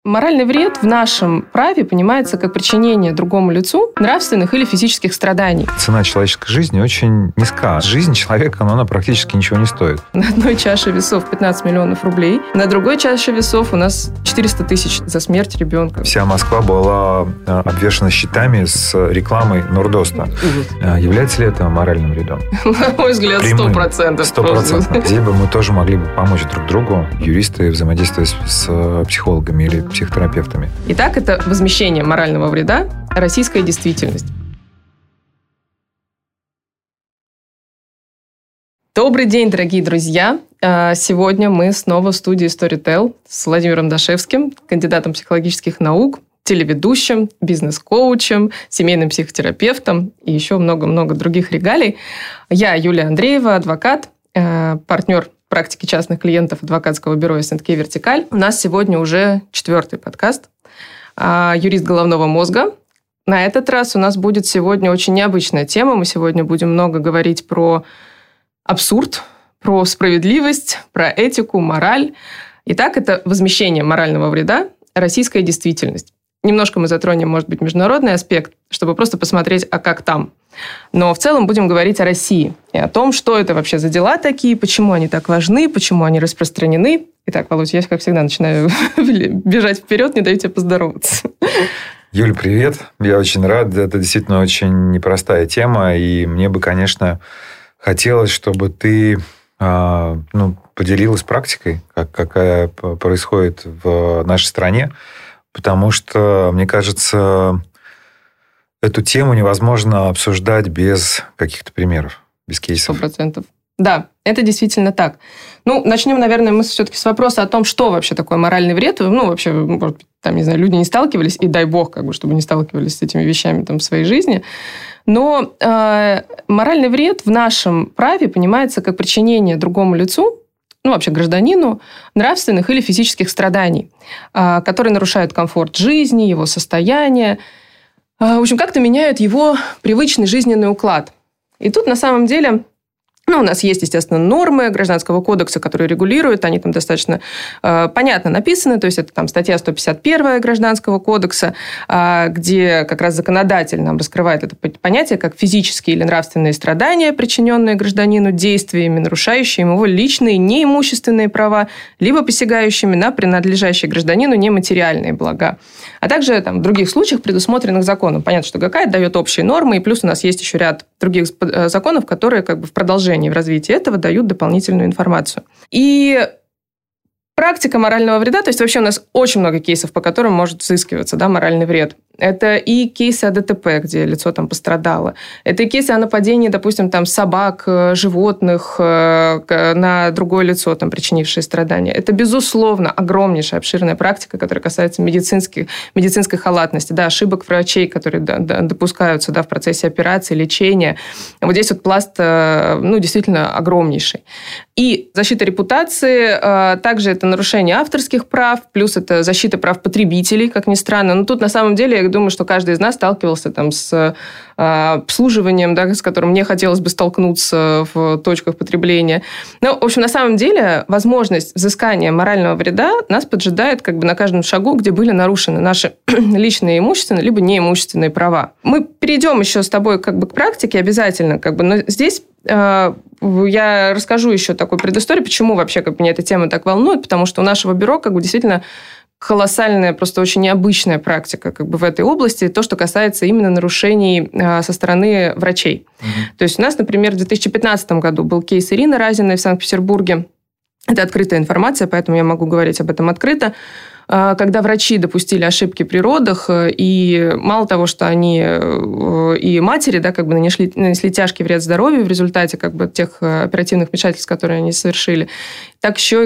Моральный вред в нашем праве понимается как причинение другому лицу нравственных или физических страданий. Цена человеческой жизни очень низка. Жизнь человека, она практически ничего не стоит. На одной чаше весов 15 миллионов рублей, на другой чаше весов у нас 400 тысяч за смерть ребенка. Вся Москва была обвешана щитами с рекламой Нордоста. Является ли это моральным вредом? На мой взгляд, 100%. 100%. Здесь бы мы тоже могли бы помочь друг другу, юристы, взаимодействуя с психологами или психотерапевтами. Итак, это возмещение морального вреда, российская действительность. Добрый день, дорогие друзья! Сегодня мы снова в студии Storytel с Владимиром Дашевским, кандидатом психологических наук, телеведущим, бизнес-коучем, семейным психотерапевтом и еще много-много других регалий. Я Юлия Андреева, адвокат, партнер практики частных клиентов адвокатского бюро СНК «Вертикаль». У нас сегодня уже 4-й подкаст «Юрист головного мозга». На этот раз у нас будет сегодня очень необычная тема. Мы сегодня будем много говорить про абсурд, про справедливость, про этику, мораль. Итак, это возмещение морального вреда, российская действительность. Немножко мы затронем, может быть, международный аспект, чтобы просто посмотреть, а как там. Но в целом будем говорить о России и о том, что это вообще за дела такие, почему они так важны, почему они распространены. Итак, Володь, я, как всегда, начинаю бежать вперед, не даю тебе поздороваться. Юль, привет. Я очень рад. Это действительно очень непростая тема. И мне бы, конечно, хотелось, чтобы ты поделилась практикой, какая происходит в нашей стране. Потому что, мне кажется, эту тему невозможно обсуждать без каких-то примеров, без кейсов. 100%. Да, это действительно так. Начнем, наверное, мы все-таки с вопроса о том, что вообще такое моральный вред. Вообще, может быть, люди не сталкивались, и дай бог, чтобы не сталкивались с этими вещами в своей жизни. Но моральный вред в нашем праве понимается как причинение другому лицу, вообще гражданину, нравственных или физических страданий, которые нарушают комфорт жизни, его состояние, в общем, как-то меняют его привычный жизненный уклад. И тут, на самом деле, у нас есть, естественно, нормы Гражданского кодекса, которые регулируют, они там достаточно понятно написаны, то есть это там статья 151 Гражданского кодекса, где как раз законодатель нам раскрывает это понятие как физические или нравственные страдания, причиненные гражданину действиями, нарушающими его личные неимущественные права, либо посягающими на принадлежащие гражданину нематериальные блага. А также в других случаях, предусмотренных законом. Понятно, что ГК дает общие нормы, и плюс у нас есть еще ряд других законов, которые в продолжении, в развитии этого дают дополнительную информацию. И практика морального вреда, то есть вообще у нас очень много кейсов, по которым может взыскиваться моральный вред. Это и кейсы о ДТП, где лицо пострадало. Это и кейсы о нападении, допустим, собак, животных на другое лицо, причинившие страдания. Это, безусловно, огромнейшая, обширная практика, которая касается медицинской халатности, ошибок врачей, которые допускаются в процессе операции, лечения. Вот здесь пласт, действительно огромнейший. И защита репутации, также это нарушение авторских прав, плюс это защита прав потребителей, как ни странно. Но тут, на самом деле, я думаю, что каждый из нас сталкивался с обслуживанием, с которым мне хотелось бы столкнуться в точках потребления. В общем, на самом деле, возможность взыскания морального вреда нас поджидает на каждом шагу, где были нарушены наши личные имущественные либо неимущественные права. Мы перейдем еще с тобой к практике обязательно, но здесь я расскажу еще такую предысторию, почему вообще меня эта тема так волнует, потому что у нашего бюро действительно колоссальная, просто очень необычная практика в этой области, то, что касается именно нарушений со стороны врачей. То есть у нас, например, в 2015 году был кейс Ирины Разиной в Санкт-Петербурге. Это открытая информация, поэтому я могу говорить об этом открыто. Когда врачи допустили ошибки при родах, и мало того, что они и матери нанесли тяжкий вред здоровью в результате тех оперативных вмешательств, которые они совершили, так еще и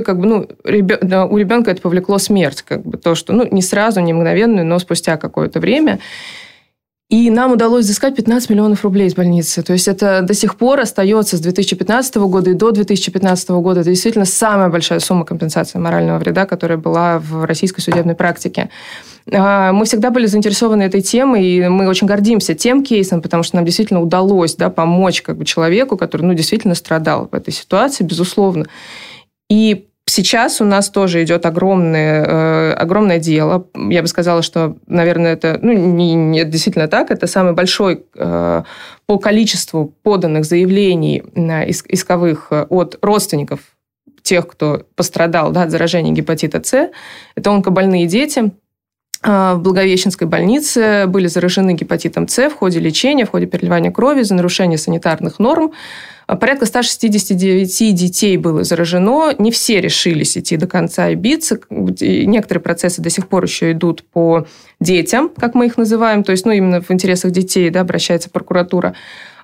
у ребенка это повлекло смерть. То, что не сразу, не мгновенную, но спустя какое-то время. И нам удалось взыскать 15 миллионов рублей из больницы. То есть это до сих пор остается с 2015 года и до 2015 года. Это действительно самая большая сумма компенсации морального вреда, которая была в российской судебной практике. Мы всегда были заинтересованы этой темой, и мы очень гордимся тем кейсом, потому что нам действительно удалось помочь человеку, который действительно страдал в этой ситуации, безусловно. И Сейчас у нас тоже идет огромное дело. Я бы сказала, что, наверное, это не действительно так. Это самый большой по количеству поданных заявлений исковых от родственников тех, кто пострадал от заражения гепатита С. Это онкобольные дети. В Благовещенской больнице были заражены гепатитом С в ходе лечения, в ходе переливания крови за нарушение санитарных норм. Порядка 169 детей было заражено. Не все решились идти до конца и биться. Некоторые процессы до сих пор еще идут по детям, как мы их называем. То есть, именно в интересах детей, обращается прокуратура.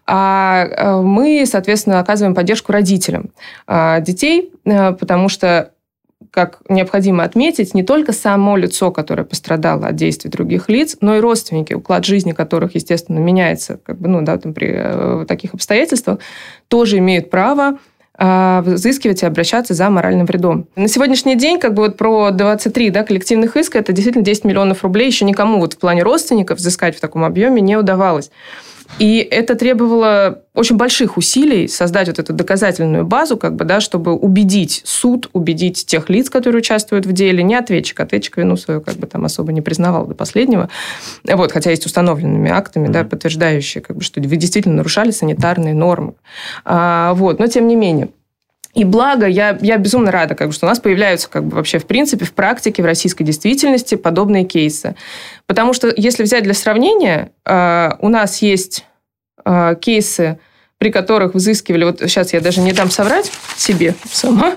А мы, соответственно, оказываем поддержку родителям детей, потому что, как необходимо отметить, не только само лицо, которое пострадало от действий других лиц, но и родственники, уклад жизни которых, естественно, меняется при таких обстоятельствах, тоже имеют право взыскивать и обращаться за моральным вредом. На сегодняшний день про 23 коллективных иска, это действительно 10 миллионов рублей, еще никому в плане родственников взыскать в таком объеме не удавалось. И это требовало очень больших усилий создать эту доказательную базу, чтобы убедить суд, убедить тех лиц, которые участвуют в деле, не ответчик. Ответчик вину свою особо не признавал до последнего. Хотя есть установленными актами, подтверждающие, что вы действительно нарушали санитарные нормы. Но тем не менее. И благо, я безумно рада, что у нас появляются вообще в принципе в практике, в российской действительности подобные кейсы. Потому что, если взять для сравнения, у нас есть кейсы, при которых взыскивали, сейчас я даже не дам соврать себе сама,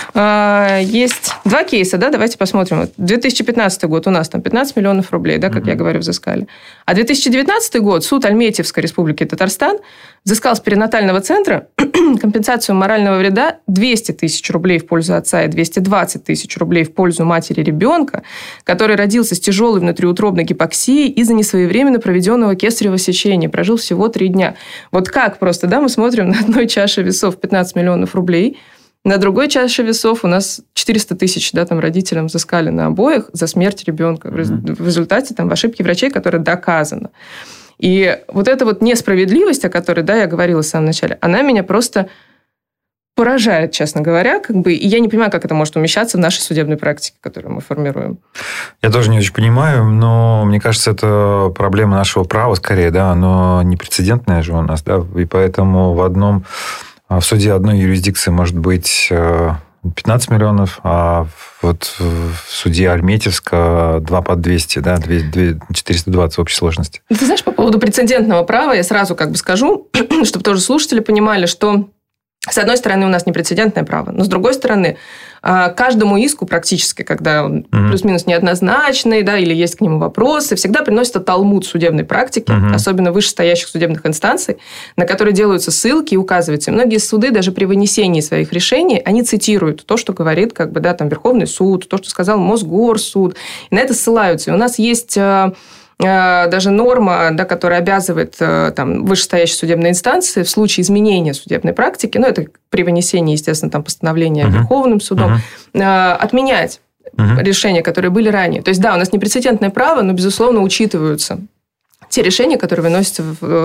есть 2 кейса, давайте посмотрим. 2015 год у нас там 15 миллионов рублей, как я говорю, взыскали. А 2019 год суд Альметьевской республики Татарстан взыскал с перинатального центра компенсацию морального вреда 200 тысяч рублей в пользу отца и 220 тысяч рублей в пользу матери ребенка, который родился с тяжелой внутриутробной гипоксией из-за несвоевременно проведенного кесарево сечения, прожил всего 3 дня. Как просто, мы смотрим на одной чаше весов 15 миллионов рублей, на другой чаше весов у нас 400 тысяч родителям взыскали на обоих за смерть ребенка. В результате в ошибке врачей, которая доказана. И эта несправедливость, о которой я говорила в самом начале, она меня просто поражает, честно говоря. И я не понимаю, как это может умещаться в нашей судебной практике, которую мы формируем. Я тоже не очень понимаю, но мне кажется, это проблема нашего права скорее, оно не прецедентное же у нас, и поэтому в суде одной юрисдикции может быть 15 миллионов, а в суде Альметьевска 2 по 200, 420 в общей сложности. Ты знаешь, по поводу прецедентного права я сразу скажу, чтобы тоже слушатели понимали, что с одной стороны у нас непрецедентное право, но с другой стороны каждому иску практически, когда он плюс-минус неоднозначный, или есть к нему вопросы, всегда приносит талмуд судебной практики, особенно вышестоящих судебных инстанций, на которые делаются ссылки и указываются. И многие суды даже при вынесении своих решений, они цитируют то, что говорит Верховный суд, то, что сказал Мосгорсуд, и на это ссылаются. И у нас есть даже норма, которая обязывает вышестоящие судебные инстанции в случае изменения судебной практики, это при вынесении, естественно, постановления Верховным судом, отменять решения, которые были ранее. То есть, у нас непрецедентное право, но, безусловно, учитываются те решения, которые выносятся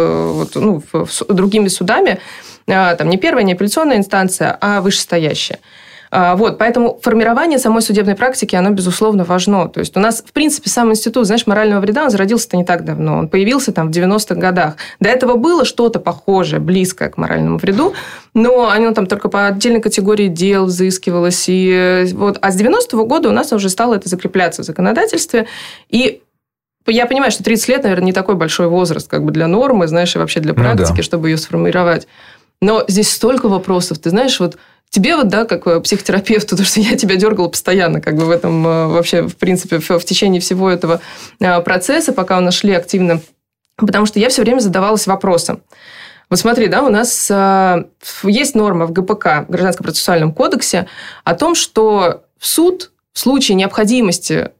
другими судами, не первая, не апелляционная инстанция, а вышестоящая. Поэтому формирование самой судебной практики, оно, безусловно, важно. То есть, у нас, в принципе, сам институт, морального вреда, он зародился-то не так давно. Он появился в 90-х годах. До этого было что-то похожее, близкое к моральному вреду, но оно только по отдельной категории дел взыскивалось. А с 90-го года у нас уже стало это закрепляться в законодательстве. И я понимаю, что 30 лет, наверное, не такой большой возраст для нормы, и вообще для практики, чтобы ее сформировать. Но здесь столько вопросов. Ты знаешь, тебе как психотерапевту, то, что я тебя дергала постоянно, в этом вообще, в принципе, в течение всего этого процесса, пока у нас шли активно, потому что я все время задавалась вопросом. Смотри, у нас есть норма в ГПК, в Гражданском процессуальном кодексе, о том, что суд в случае необходимости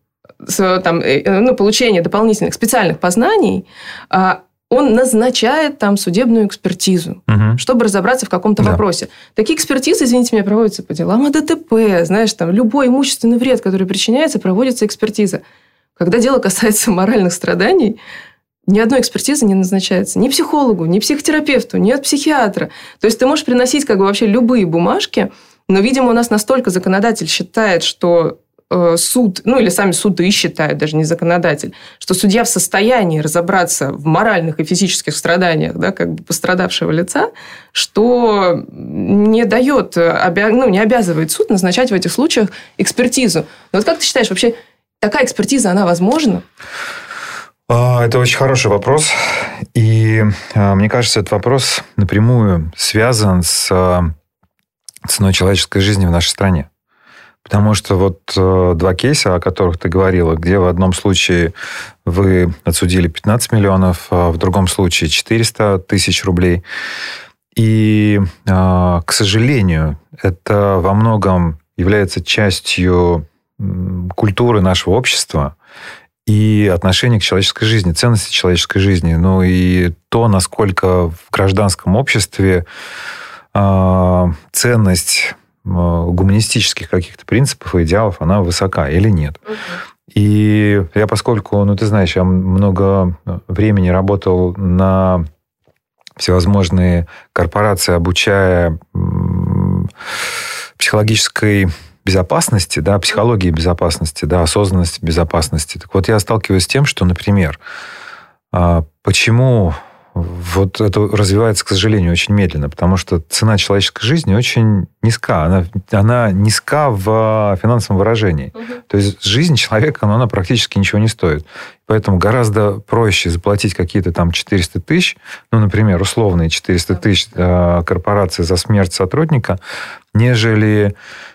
получения дополнительных специальных познаний он назначает судебную экспертизу, чтобы разобраться в каком-то вопросе. Такие экспертизы, извините меня, проводятся по делам о ДТП, любой имущественный вред, который причиняется, проводится экспертиза. Когда дело касается моральных страданий, ни одной экспертизы не назначается ни психологу, ни психотерапевту, ни от психиатра. То есть, ты можешь приносить вообще любые бумажки, Но, видимо, у нас настолько законодатель считает, что суд, или сами суды считают, даже не законодатель, что судья в состоянии разобраться в моральных и физических страданиях, да, как бы пострадавшего лица, что не дает, не обязывает суд назначать в этих случаях экспертизу. Но вот как ты считаешь, вообще такая экспертиза, она возможна? Это очень хороший вопрос. И мне кажется, этот вопрос напрямую связан с ценой человеческой жизни в нашей стране. Потому что вот два кейса, о которых ты говорила, где в одном случае вы отсудили 15 миллионов, а в другом случае 400 тысяч рублей. И, к сожалению, это во многом является частью культуры нашего общества и отношения к человеческой жизни, ценности человеческой жизни. Ну и то, насколько в гражданском обществе ценность гуманистических каких-то принципов и идеалов, она высока или нет. И я, поскольку, ты знаешь, я много времени работал на всевозможные корпорации, обучая психологической безопасности, да, психологии безопасности, да, осознанности безопасности. Так вот, я сталкиваюсь с тем, что, например, почему вот это развивается, к сожалению, очень медленно, потому что цена человеческой жизни очень низка. Она низка в финансовом выражении. То есть жизнь человека, она практически ничего не стоит. Поэтому гораздо проще заплатить какие-то там 400 тысяч, например, условные 400 тысяч корпорации за смерть сотрудника, нежели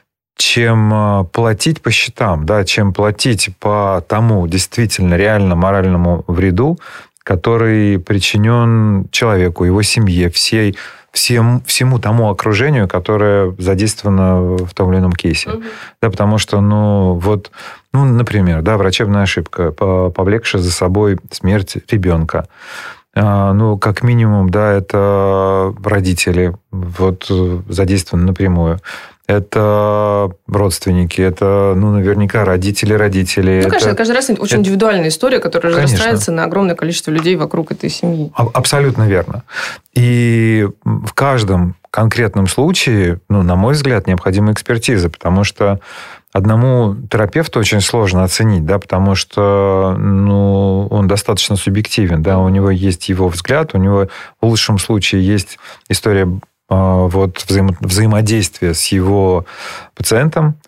чем платить по счетам, да, чем платить по тому действительно реально моральному вреду, который причинен человеку, его семье, всему тому окружению, которое задействовано в том или ином кейсе. Да, потому что, например, да, врачебная ошибка, повлекшая за собой смерть ребенка. Как минимум, да, это родители задействованы напрямую. Это родственники, это, наверняка, родители. Конечно, каждый раз очень индивидуальная история, которая разрастается на огромное количество людей вокруг этой семьи. Абсолютно верно. И в каждом конкретном случае, на мой взгляд, необходима экспертиза, потому что одному терапевту очень сложно оценить, да, потому что он достаточно субъективен, да, у него есть его взгляд, у него в лучшем случае есть история взаимодействия с его пациентом,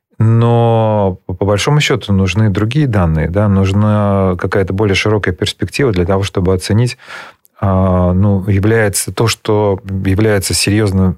но по большому счету нужны другие данные, да, нужна какая-то более широкая перспектива для того, чтобы оценить, является то, что является серьезным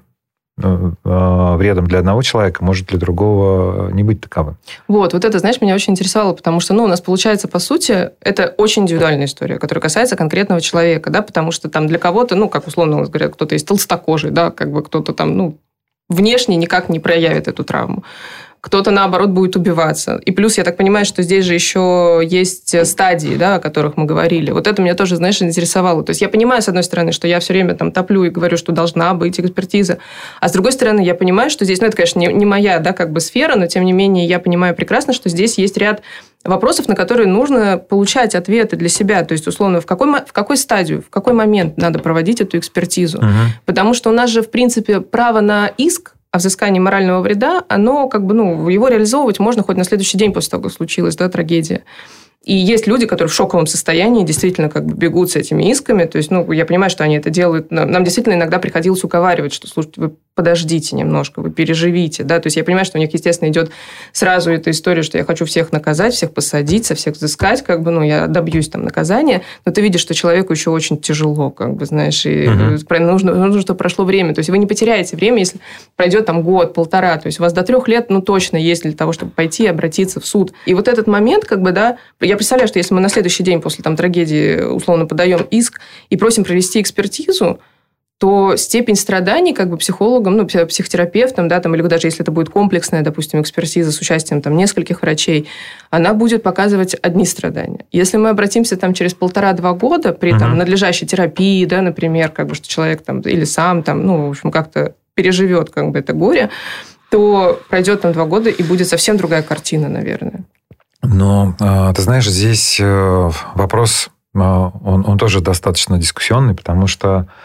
вредом для одного человека, может для другого не быть таковым. Вот это, знаешь, меня очень интересовало, потому что, у нас получается, по сути, это очень индивидуальная история, которая касается конкретного человека, да, потому что там для кого-то, как условно говоря, кто-то есть толстокожий, да, как бы кто-то там, внешне никак не проявит эту травму. Кто-то, наоборот, будет убиваться. И плюс, я так понимаю, что здесь же еще есть стадии, да, о которых мы говорили. Вот это меня тоже, знаешь, интересовало. То есть я понимаю, с одной стороны, что я все время там топлю и говорю, что должна быть экспертиза. А с другой стороны, я понимаю, что здесь, это, конечно, не моя, да, как бы сфера, но, тем не менее, я понимаю прекрасно, что здесь есть ряд вопросов, на которые нужно получать ответы для себя. То есть, условно, в какой стадию, в какой момент надо проводить эту экспертизу. Потому что у нас же, в принципе, право на иск о взыскании морального вреда, оно его реализовывать можно хоть на следующий день после того, как случилась, да, трагедия. И есть люди, которые в шоковом состоянии действительно бегут с этими исками. То есть, я понимаю, что они это делают. Нам действительно иногда приходилось уговаривать, что, слушайте, вы подождите немножко, вы переживите. Да? То есть, я понимаю, что у них, естественно, идет сразу эта история, что я хочу всех наказать, всех посадить, со всех взыскать, я добьюсь там наказания. Но ты видишь, что человеку еще очень тяжело, знаешь, и нужно, чтобы прошло время. То есть, вы не потеряете время, если пройдет там год-полтора. То есть, у вас до 3 лет, точно есть для того, чтобы пойти и обратиться в суд. И вот этот момент, я представляю, что если мы на следующий день после трагедии условно подаем иск и просим провести экспертизу, то степень страданий психологам, психотерапевтам, да, или даже если это будет комплексная, допустим, экспертиза с участием нескольких врачей, она будет показывать одни страдания. Если мы обратимся через 1,5-2 года при надлежащей терапии, да, например, что человек или сам в общем, как-то переживет это горе, то пройдет 2 года и будет совсем другая картина, наверное. Но, ты знаешь, здесь вопрос, он тоже достаточно дискуссионный, потому что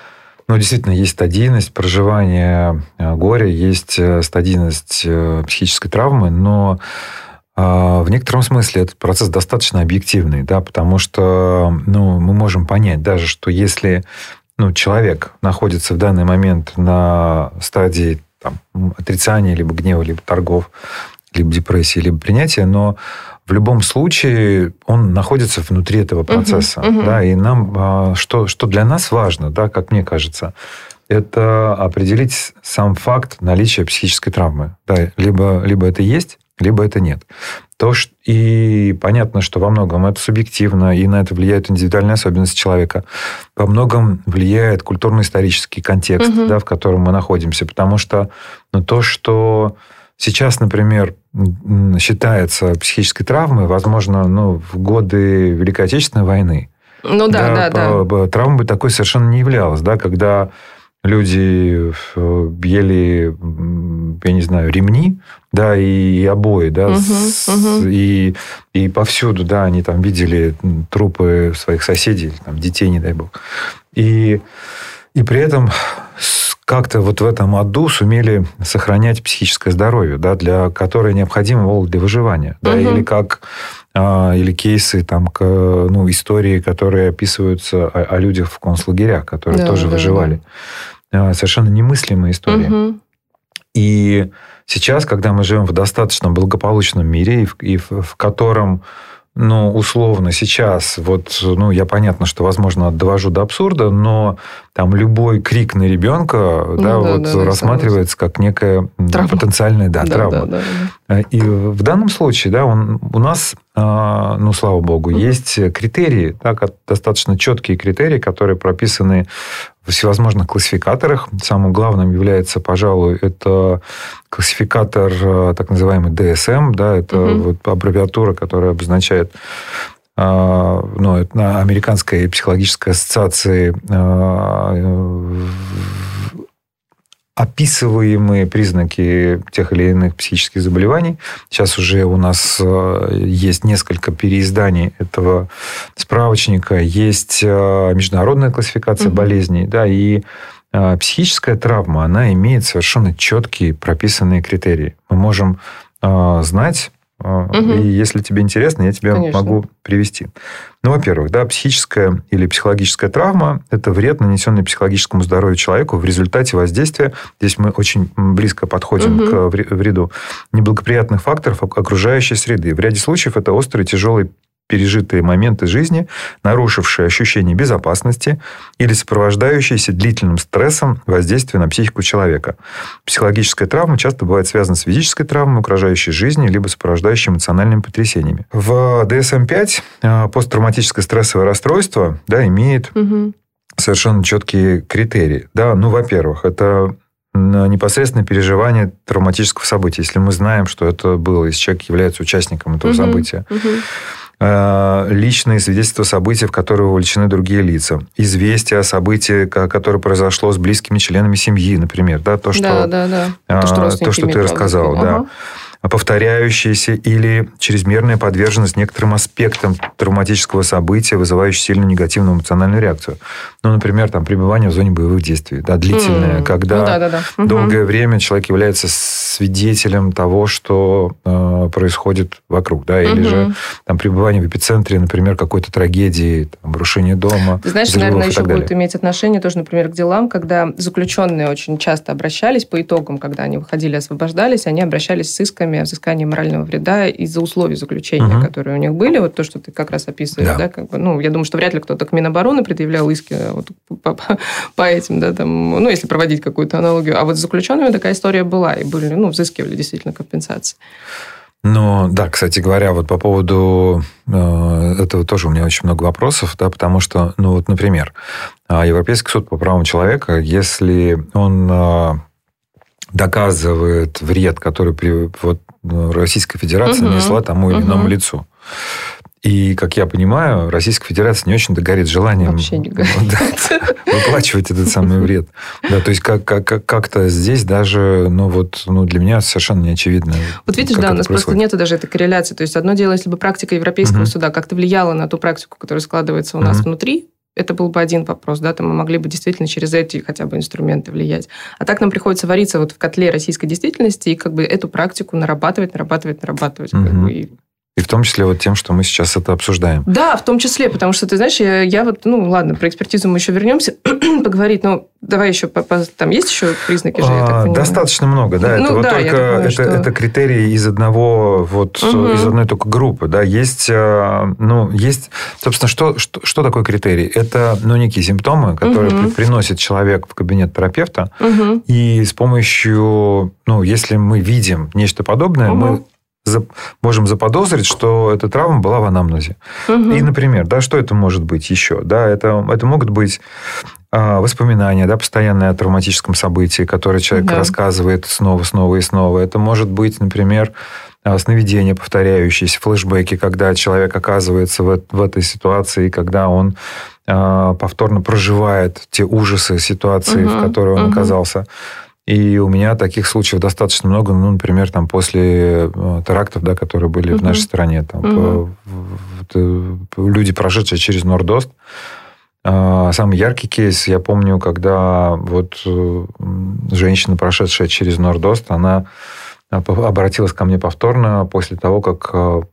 Ну, действительно, есть стадийность проживания горя, есть стадийность психической травмы, но в некотором смысле этот процесс достаточно объективный, да, потому что мы можем понять даже, что если человек находится в данный момент на стадии отрицания, либо гнева, либо торгов, либо депрессии, либо принятия, но в любом случае он находится внутри этого процесса. Да, и нам, что для нас важно, да, как мне кажется, это определить сам факт наличия психической травмы. Да, либо это есть, либо это нет. И понятно, что во многом это субъективно, и на это влияют индивидуальные особенности человека. Во многом влияет культурно-исторический контекст, да, в котором мы находимся. Потому что то, что сейчас, например, считается психической травмой, возможно, в годы Великой Отечественной войны. Да. Травмой бы такой совершенно не являлась, да, когда люди ели, я не знаю, ремни, да, и обои, да, и повсюду, да, они там видели трупы своих соседей, там, детей, не дай бог. И при этом как-то вот в этом аду сумели сохранять психическое здоровье, да, которое необходимо для выживания. Да, или кейсы, там, истории, которые описываются о людях в концлагерях, которые тоже выживали. Совершенно немыслимые истории. И сейчас, когда мы живем в достаточно благополучном мире, и в котором, условно, сейчас, я понятно, что, возможно, довожу до абсурда, но там любой крик на ребенка рассматривается как некая потенциальная травма. И в данном случае, да, у нас, слава богу, есть критерии, да, достаточно четкие критерии, которые прописаны в всевозможных классификаторах. Самым главным является, пожалуй, это классификатор так называемый DSM, да, это аббревиатура, которая обозначает это Американской психологической ассоциации описываемые признаки тех или иных психических заболеваний. Сейчас уже у нас есть несколько переизданий этого справочника, есть международная классификация болезней, да, и психическая травма, она имеет совершенно четкие прописанные критерии. Мы можем знать, и если тебе интересно, я тебе могу привести. Во-первых, да, психическая или психологическая травма – это вред, нанесенный психологическому здоровью человеку в результате воздействия, здесь мы очень близко подходим к вреду, неблагоприятных факторов окружающей среды. В ряде случаев это острые, тяжелые пережитые моменты жизни, нарушившие ощущение безопасности или сопровождающиеся длительным стрессом воздействия на психику человека. Психологическая травма часто бывает связана с физической травмой, угрожающей жизни, либо сопровождающей эмоциональными потрясениями. В DSM-5 посттравматическое стрессовое расстройство, да, имеет совершенно четкие критерии. Да, во-первых, это непосредственное переживание травматического события. Если мы знаем, что это было, если человек является участником этого события. Личные свидетельства событий, в которые вовлечены другие лица. Известие о событии, которое произошло с близкими членами семьи, например. Да, то, что ты рассказал. Да. Повторяющаяся или чрезмерная подверженность некоторым аспектам травматического события, вызывающих сильную негативную эмоциональную реакцию. Например, пребывание в зоне боевых действий. Да, длительное, когда долгое время человек является свидетелем того, что происходит вокруг. Да, или же пребывание в эпицентре, например, какой-то трагедии, разрушение дома. Ты знаешь, наверное, еще будет иметь отношение тоже, например, к делам, когда заключенные очень часто обращались по итогам, когда они выходили, освобождались, они обращались с исками о взыскании морального вреда из-за условий заключения, которые у них были. Вот то, что ты как раз описываешь. Да. Да, я думаю, что вряд ли кто-то к Минобороны предъявлял иски по этим, да, если проводить какую-то аналогию. А вот с заключенными такая история была, и были, взыскивали действительно компенсации. Да, кстати говоря, по поводу этого тоже у меня очень много вопросов, да, потому что, например, Европейский суд по правам человека, если он доказывает вред, который Российская Федерация нанесла тому или иному лицу. И, как я понимаю, Российская Федерация не очень-то горит желанием выплачивать этот самый вред. Да, то есть, как-то здесь даже, для меня совершенно не очевидно. Вот видишь, да, у нас просто нет даже этой корреляции. То есть, одно дело, если бы практика Европейского суда как-то влияла на ту практику, которая складывается у нас внутри, это был бы один вопрос, да, там мы могли бы действительно через эти хотя бы инструменты влиять. А так нам приходится вариться вот в котле российской действительности и как бы эту практику нарабатывать. Как бы, И в том числе вот тем, что мы сейчас это обсуждаем. Да, в том числе, потому что, ты знаешь, я вот, ладно, про экспертизу мы еще вернемся поговорить, но давай еще, там есть еще признаки же, я так понимаю? Достаточно много, да. Это вот только это критерии из одного, из одной только группы, да. Есть, собственно, что такое критерий? Это, некие симптомы, которые приносит человек в кабинет терапевта, и с помощью, если мы видим нечто подобное, мы можем заподозрить, что эта травма была в анамнезе. И, например, да, что это может быть еще? Да, это могут быть воспоминания, да, постоянные о травматическом событии, которое человек рассказывает снова и снова. Это может быть, например, сновидения повторяющиеся, флешбеки, когда человек оказывается в этой ситуации, когда он повторно проживает те ужасы ситуации, в которой он оказался. И у меня таких случаев достаточно много, например, там, после терактов, да, которые были в нашей стране. Там, люди, прошедшие через Нордост. Самый яркий кейс, я помню, когда женщина, прошедшая через Нордост, она обратилась ко мне повторно после того, как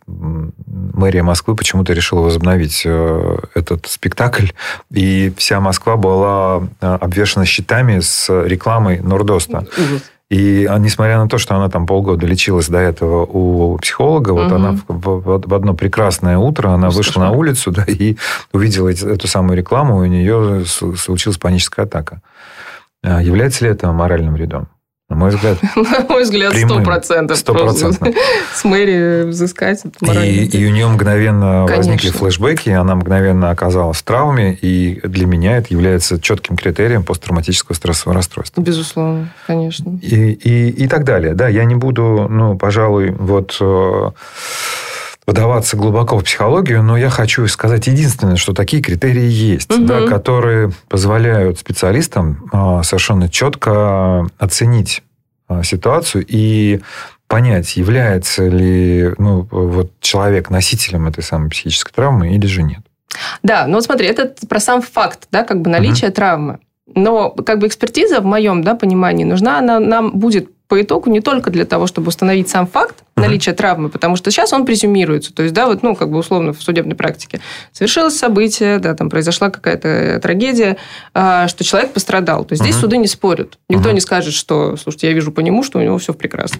мэрия Москвы почему-то решила возобновить этот спектакль. И вся Москва была обвешана щитами с рекламой Нордоста. И несмотря на то, что она там полгода лечилась до этого у психолога, она в одно прекрасное утро она вышла на улицу, да, и увидела эту самую рекламу, и у нее случилась паническая атака. Является ли это моральным вредом? На мой взгляд, 100%. С мэрией взыскать. И у нее мгновенно возникли флешбеки, она мгновенно оказалась в травме, и для меня это является четким критерием посттравматического стрессового расстройства. Безусловно, конечно. И так далее. Да, я не буду, пожалуй, вдаваться глубоко в психологию, но я хочу сказать единственное, что такие критерии есть, да, которые позволяют специалистам совершенно четко оценить ситуацию и понять, является ли человек носителем этой самой психической травмы или же нет. Да, но смотри, это про сам факт, да, как бы наличие травмы. Но как бы экспертиза, в моем понимании, нужна она нам будет по итогу не только для того, чтобы установить сам факт наличия травмы, потому что сейчас он презюмируется. То есть, да, условно в судебной практике совершилось событие, да, там произошла какая-то трагедия, что человек пострадал. То есть, здесь суды не спорят. Никто не скажет, что, слушайте, я вижу по нему, что у него все прекрасно.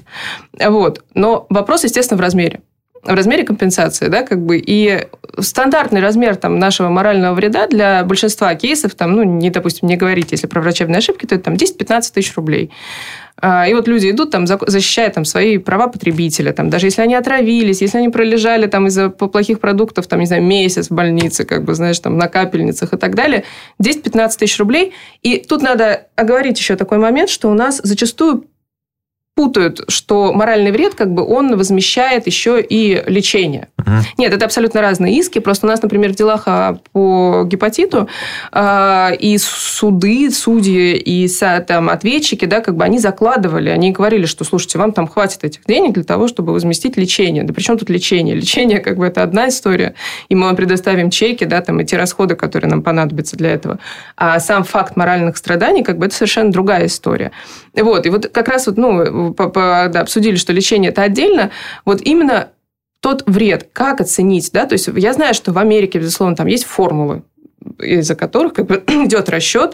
Но вопрос, естественно, в размере. В размере компенсации, да, как бы, и стандартный размер нашего морального вреда для большинства кейсов, допустим, не говорить, если про врачебные ошибки, то это 10-15 тысяч рублей. И люди идут, защищая свои права потребителя, даже если они отравились, если они пролежали из-за плохих продуктов, месяц в больнице, на капельницах и так далее, 10-15 тысяч рублей. И тут надо оговорить еще такой момент, что у нас зачастую путают, что моральный вред, он возмещает еще и лечение. Нет, это абсолютно разные иски. Просто у нас, например, в делах по гепатиту и судьи, и ответчики, да, они закладывали, они говорили, что, слушайте, вам хватит этих денег для того, чтобы возместить лечение. Да при чем тут лечение? Лечение, это одна история, и мы вам предоставим чеки, да, и те расходы, которые нам понадобятся для этого. А сам факт моральных страданий, это совершенно другая история. И как раз обсудили, что лечение это отдельно. Именно тот вред, как оценить, да, то есть я знаю, что в Америке, безусловно, есть формулы, из-за которых идет расчет.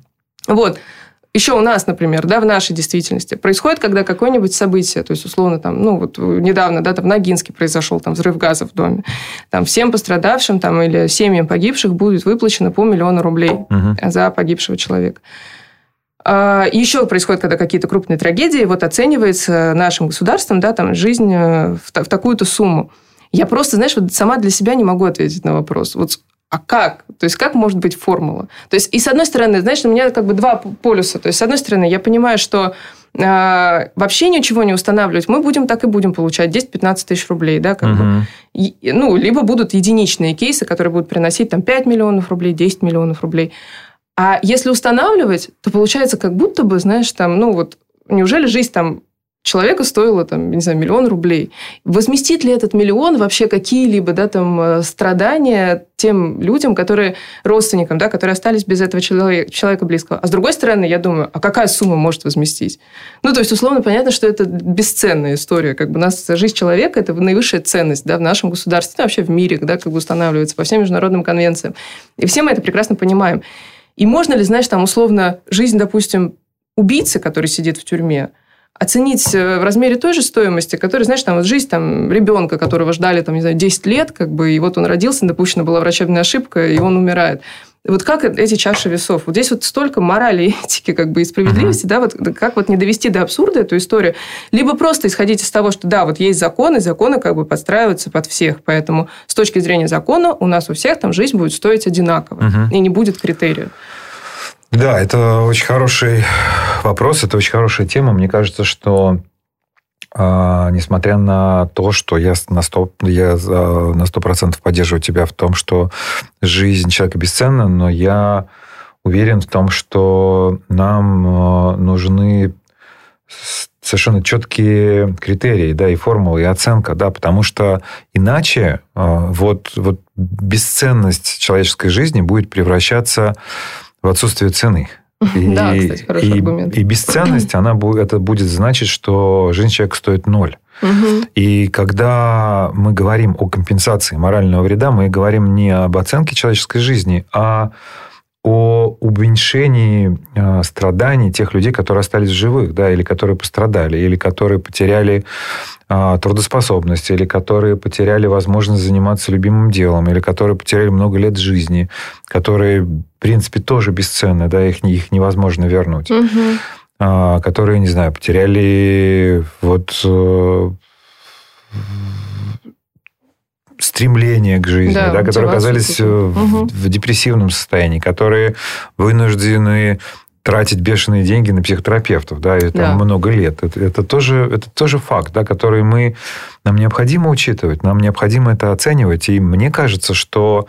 Еще у нас, например, да, в нашей действительности происходит, когда какое-нибудь событие, то есть, условно, недавно, да, в Ногинске произошел взрыв газа в доме, всем пострадавшим или семьям погибших будет выплачено по 1 миллиону рублей за погибшего человека. Еще происходит, когда какие-то крупные трагедии, оценивается нашим государством, да, жизнь в такую-то сумму. Я просто, сама для себя не могу ответить на вопрос. А как? То есть, как может быть формула? То есть, и с одной стороны, у меня два полюса. То есть, с одной стороны, я понимаю, что вообще ничего не устанавливать, мы будем так и будем получать 10-15 тысяч рублей, да, либо будут единичные кейсы, которые будут приносить 5 миллионов рублей, 10 миллионов рублей. А если устанавливать, то получается, как будто бы, неужели жизнь человека стоило, там, не знаю, 1 000 000 рублей. Возместит ли этот 1 000 000 вообще какие-либо, да, там, страдания тем людям, которые родственникам, да, которые остались без этого человека близкого? А с другой стороны, я думаю, а какая сумма может возместить? Ну, то есть, условно, понятно, что это бесценная история. Как бы жизнь человека – это наивысшая ценность, да, в нашем государстве, ну, вообще в мире, да, как бы устанавливается по всем международным конвенциям. И все мы это прекрасно понимаем. И можно ли, знаешь, там, условно, жизнь, допустим, убийцы, который сидит в тюрьме, оценить в размере той же стоимости, которая, знаешь, там, вот жизнь там, ребенка, которого ждали, там, не знаю, 10 лет, как бы, и вот он родился, допущена была врачебная ошибка, и он умирает. И вот как эти чаши весов? Вот здесь вот столько морали, этики, как бы, и справедливости, да, вот как вот не довести до абсурда эту историю, либо просто исходить из того, что, да, вот есть законы, законы как бы подстраиваются под всех, поэтому с точки зрения закона у нас у всех там жизнь будет стоить одинаково, и не будет критерия. Да, это очень хороший вопрос, это очень хорошая тема. Мне кажется, что несмотря на то, что я на 100% поддерживаю тебя в том, что жизнь человека бесценна, но я уверен в том, что нам нужны совершенно четкие критерии, да, и формулы, и оценка, да, потому что иначе вот бесценность человеческой жизни будет превращаться в отсутствие цены. Да, кстати, хороший аргумент. И бесценность, это будет значить, что жизнь человека стоит 0. И когда мы говорим о компенсации морального вреда, мы говорим не об оценке человеческой жизни, а о уменьшении страданий тех людей, которые остались в живых, да, или которые пострадали, или которые потеряли трудоспособность, или которые потеряли возможность заниматься любимым делом, или которые потеряли много лет жизни, которые, в принципе, тоже бесценны, да, их невозможно вернуть. Которые, не знаю, потеряли стремление к жизни, да, которые оказались в депрессивном состоянии, которые вынуждены тратить бешеные деньги на психотерапевтов, да, и там много лет. Это тоже факт, да, который нам необходимо учитывать, нам необходимо это оценивать. И мне кажется, что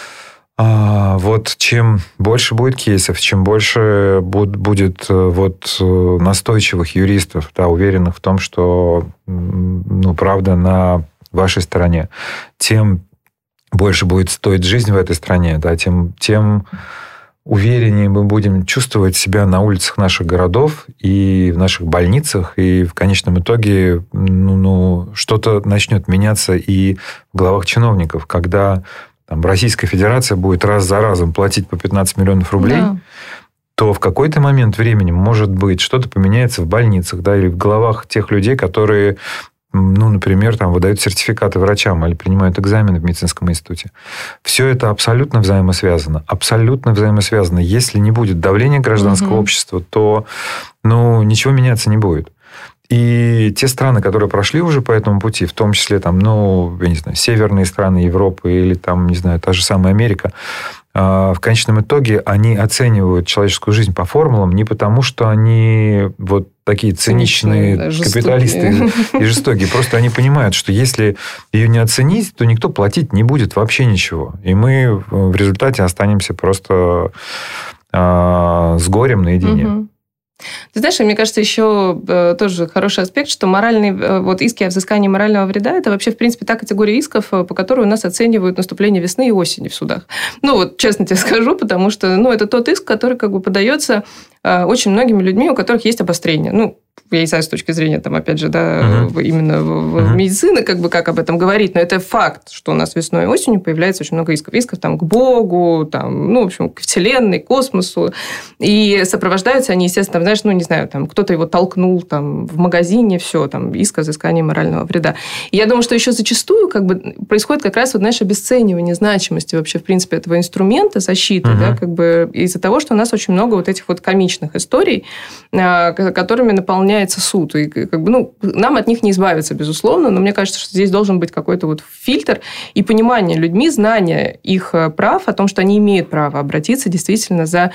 вот чем больше будет кейсов, чем больше будет настойчивых юристов, да, уверенных в том, что правда на вашей стороне, тем больше будет стоить жизнь в этой стране, да, тем увереннее мы будем чувствовать себя на улицах наших городов и в наших больницах, и в конечном итоге что-то начнет меняться и в головах чиновников, когда Российская Федерация будет раз за разом платить по 15 миллионов рублей, то в какой-то момент времени, может быть, что-то поменяется в больницах, да, или в головах тех людей, которые, например, выдают сертификаты врачам или принимают экзамены в медицинском институте. Все это абсолютно взаимосвязано. Абсолютно взаимосвязано. Если не будет давления гражданского общества, то ничего меняться не будет. И те страны, которые прошли уже по этому пути, в том числе, я не знаю, северные страны Европы или, не знаю, та же самая Америка, в конечном итоге они оценивают человеческую жизнь по формулам не потому, что они такие циничные капиталисты и жестокие. Просто они понимают, что если ее не оценить, то никто платить не будет вообще ничего. И мы в результате останемся просто с горем наедине. Ты знаешь, мне кажется, еще тоже хороший аспект, что иски о взыскании морального вреда – это вообще, в принципе, та категория исков, по которой у нас оценивают наступление весны и осени в судах. Честно тебе скажу, потому что, это тот иск, который подается очень многими людьми, у которых есть обострение. Я не знаю, с точки зрения, опять же, да, именно в медицине, как об этом говорить, но это факт, что у нас весной и осенью появляется очень много исков. Исков к Богу, в общем, к Вселенной, к космосу. И сопровождаются они, естественно, знаешь, не знаю, кто-то его толкнул в магазине, все, иск о взыскании морального вреда. И я думаю, что еще зачастую происходит как раз, обесценивание значимости вообще, в принципе, этого инструмента защиты, да, из-за того, что у нас очень много этих комичных историй, которыми наполняется суд. И нам от них не избавиться, безусловно, но мне кажется, что здесь должен быть какой-то фильтр и понимание людьми, знание их прав о том, что они имеют право обратиться действительно за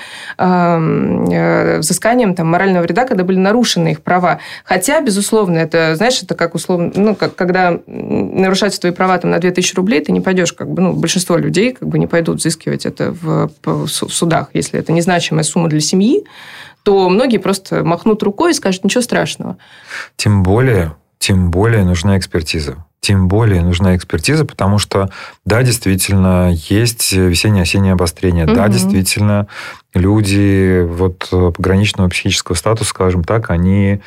взысканием морального вреда, когда были нарушены их права. Хотя, безусловно, это, знаешь, это как условно, когда нарушаются твои права на 2000 рублей, ты не пойдешь, большинство людей не пойдут взыскивать это в судах, если это незначимая сумма для семьи, то многие просто махнут рукой и скажут, ничего страшного. Тем более нужна экспертиза. Тем более нужна экспертиза, потому что, да, действительно, есть весеннее-осеннее обострение. Угу. Да, действительно, люди вот пограничного психического статуса, скажем так, они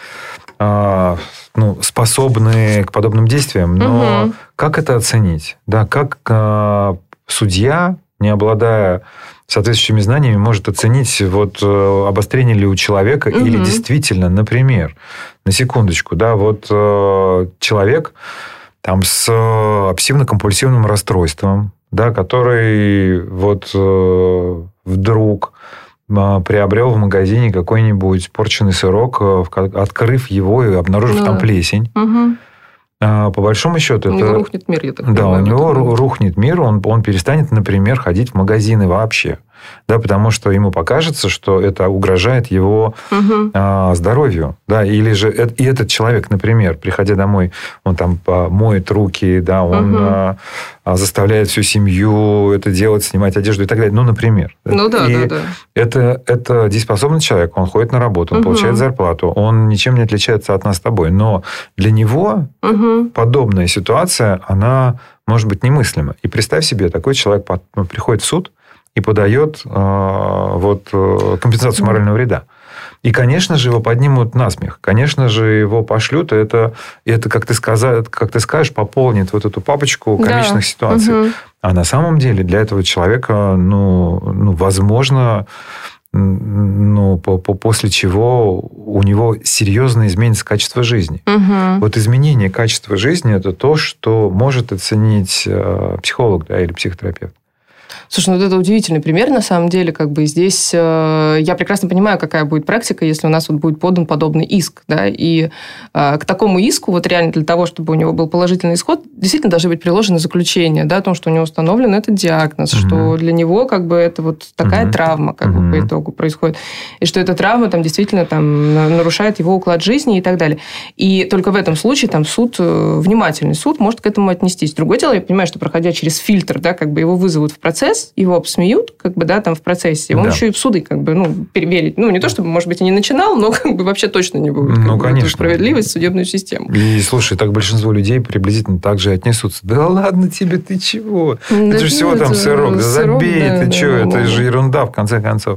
способны к подобным действиям. Но угу. Как это оценить? Да, как судья, не обладая соответствующими знаниями, может оценить вот обострение ли у человека угу. или действительно, например, на секундочку, да, вот человек там с обсессивно-компульсивным расстройством, да, который вот вдруг приобрел в магазине какой-нибудь порченный сырок, открыв его и обнаружив там плесень. Угу. По большому счету... У него рухнет мир, я так понимаю. Да, у него рухнет мир, он перестанет, например, ходить в магазины вообще. Да, потому что ему покажется, что это угрожает его здоровью. Да, или же и этот человек, например, приходя домой, он там моет руки, да, он заставляет всю семью это делать, снимать одежду и так далее. Ну, например. Ну, да, и да. Это дееспособный человек, он ходит на работу, он получает зарплату, он ничем не отличается от нас с тобой. Но для него подобная ситуация, она может быть немыслима. И представь себе, такой человек приходит в суд и подает компенсацию морального вреда. И, конечно же, его поднимут на смех. Конечно же, его пошлют. И это как ты скажешь, пополнит вот эту папочку комичных ситуаций. Угу. А на самом деле для этого человека, возможно, после чего у него серьезно изменится качество жизни. Угу. Вот изменение качества жизни – это то, что может оценить психолог, да, или психотерапевт. Слушай, это удивительный пример, на самом деле. Как бы здесь я прекрасно понимаю, какая будет практика, если у нас вот будет подан подобный иск. Да? И к такому иску, вот реально для того, чтобы у него был положительный исход, действительно должны быть приложены заключения, да, о том, что у него установлен этот диагноз, что для него как бы это вот такая травма как бы по итогу происходит. И что эта травма там, действительно там, нарушает его уклад жизни и так далее. И только в этом случае там, суд, внимательный суд может к этому отнестись. Другое дело, я понимаю, что проходя через фильтр, да, как бы его вызовут в процесс, его обсмеют, как бы, да, там в процессе. Он еще и в суды, как бы, переверить. Не то, чтобы, может быть, и не начинал, но как бы вообще точно не будет. Конечно. Справедливость в судебную систему. И, слушай, так большинство людей приблизительно так же отнесутся. Да ладно тебе, ты чего? Это же всего там сырок. Да забей, ты что? Это же ерунда, в конце концов.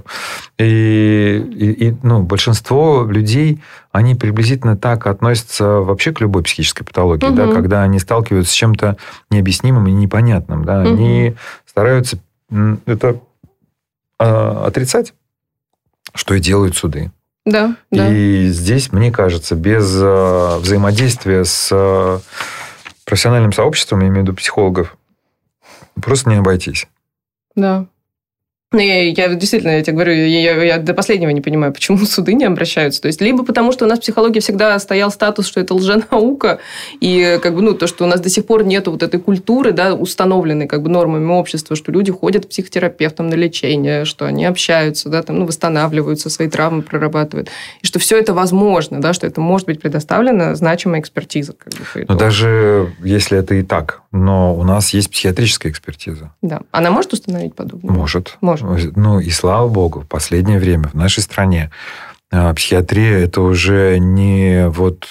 И большинство людей, они приблизительно так относятся вообще к любой психической патологии, да, когда они сталкиваются с чем-то необъяснимым и непонятным. Да, они стараются это отрицать, что и делают суды. Да, и здесь, мне кажется, без взаимодействия с профессиональным сообществом, я имею в виду психологов, просто не обойтись. Да. Я действительно, я тебе говорю, я до последнего не понимаю, почему суды не обращаются. То есть, либо потому, что у нас в психологии всегда стоял статус, что это лженаука, и как бы, то, что у нас до сих пор нет вот этой культуры, да, установленной как бы нормами общества, что люди ходят к психотерапевтам на лечение, что они общаются, да, там, восстанавливаются, свои травмы прорабатывают, и что все это возможно, да, что это может быть предоставлена значимая экспертиза. Как бы, по итогу. Но даже если это и так, но у нас есть психиатрическая экспертиза. Да. Она может установить подобное? Может. И слава богу, в последнее время в нашей стране психиатрия – это уже не,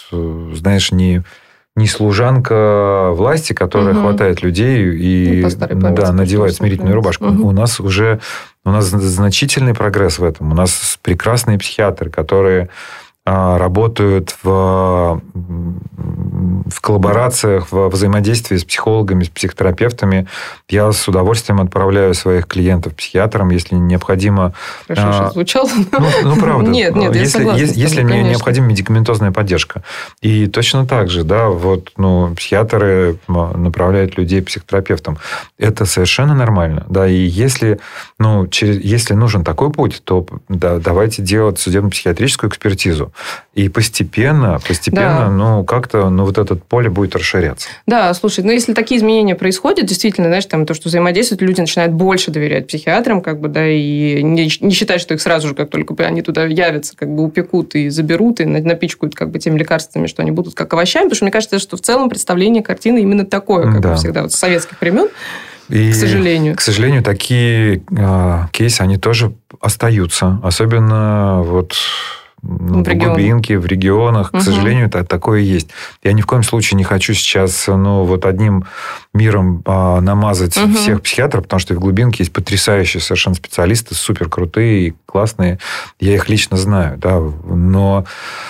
не служанка власти, которая хватает людей и надевает смирительную рубашку. У нас значительный прогресс в этом. У нас прекрасные психиатры, которые работают в коллаборациях, в взаимодействии с психологами, с психотерапевтами. Я с удовольствием отправляю своих клиентов психиатрам, если необходимо... Хорошо, что звучало. Правда. Нет, я согласна. Если мне необходима медикаментозная поддержка. И точно так же, да, психиатры направляют людей к психотерапевтам. Это совершенно нормально. Да, и если нужен такой путь, то давайте делать судебно-психиатрическую экспертизу. И постепенно, как-то вот это поле будет расширяться. Да, слушай, если такие изменения происходят, действительно, знаешь, там то, что взаимодействуют, люди начинают больше доверять психиатрам, как бы, да, и не считать, что их сразу же, как только они туда явятся, как бы упекут и заберут, и напичкают как бы теми лекарствами, что они будут как овощами, потому что мне кажется, что в целом представление картины именно такое, как бы всегда, с советских времен. И, к сожалению. К сожалению, такие кейсы, они тоже остаются. Особенно вот в глубинке, в регионах. К сожалению, такое есть. Я ни в коем случае не хочу сейчас вот одним миром намазать всех психиатров, потому что в глубинке есть потрясающие совершенно специалисты, супер крутые и классные. Я их лично знаю. Да? Но...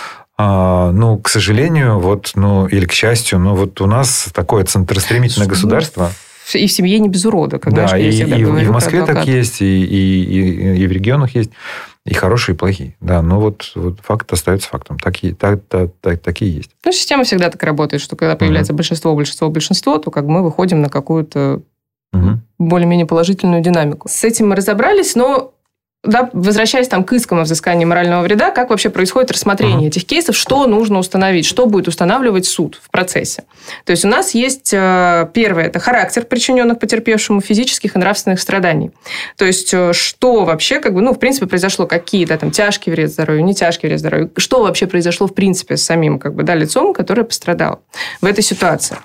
к сожалению, или к счастью, у нас такое центростремительное государство. И в семье не без урода. Да, и в Москве так есть, и в регионах есть. И хорошие, и плохие. Да, но факт остается фактом. Такие есть. Система всегда так работает, что когда появляется большинство, то мы выходим на какую-то более-менее положительную динамику. С этим мы разобрались, но... Да, возвращаясь к искам о взыскании морального вреда, как вообще происходит рассмотрение этих кейсов, что нужно установить, что будет устанавливать суд в процессе. То есть у нас есть первое, это характер причиненных потерпевшему физических и нравственных страданий. То есть что вообще, в принципе, произошло, какие тяжкий вред здоровью, не тяжкий вред здоровью, что вообще произошло, в принципе, с самим лицом, которое пострадало в этой ситуации.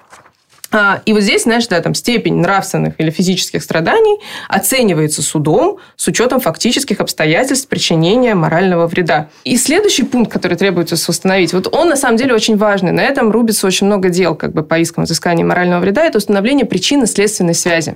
И вот здесь, степень нравственных или физических страданий оценивается судом с учетом фактических обстоятельств причинения морального вреда. И следующий пункт, который требуется установить, он на самом деле очень важный. На этом рубится очень много дел по искам о взыскании морального вреда. Это установление причинно-следственной связи.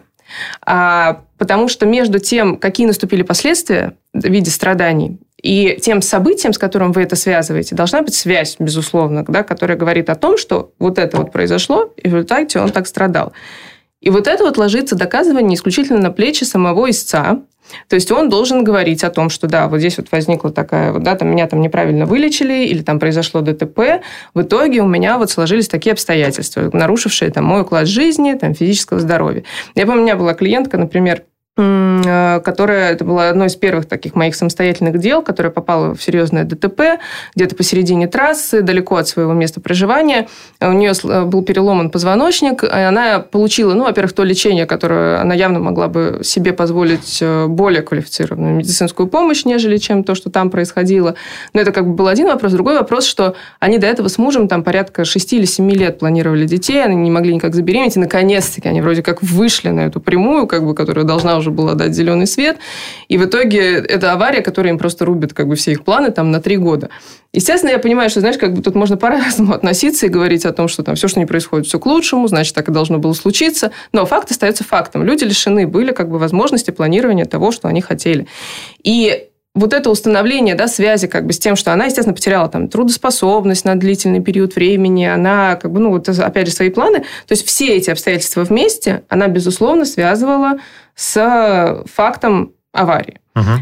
Потому что между тем, какие наступили последствия в виде страданий, и тем событием, с которым вы это связываете, должна быть связь, безусловно, которая говорит о том, что это произошло, и в результате он так страдал. И это ложится доказывание исключительно на плечи самого истца. То есть он должен говорить о том, что здесь возникла такая, меня неправильно вылечили, или произошло ДТП, в итоге у меня сложились такие обстоятельства, нарушившие мой уклад жизни, физического здоровья. Я помню, у меня была клиентка, например, которая, это было одно из первых таких моих самостоятельных дел, которая попала в серьезное ДТП, где-то посередине трассы, далеко от своего места проживания. У нее был переломан позвоночник, и она получила, во-первых, то лечение, которое она явно могла бы себе позволить более квалифицированную медицинскую помощь, нежели чем то, что там происходило. Но это был один вопрос. Другой вопрос, что они до этого с мужем порядка 6 или 7 лет планировали детей, они не могли никак забеременеть, и наконец-таки они вроде как вышли на эту прямую, которая должна уже была дать зеленый свет. И в итоге это авария, которая им просто рубит все их планы на 3 года. Естественно, я понимаю, что, тут можно по-разному относиться и говорить о том, что все, что не происходит, все к лучшему, значит, так и должно было случиться. Но факт остается фактом. Люди лишены были возможности планирования того, что они хотели. И это установление связи с тем, что она, естественно, потеряла трудоспособность на длительный период времени, она, опять же, свои планы. То есть все эти обстоятельства вместе она, безусловно, связывала с фактом аварии.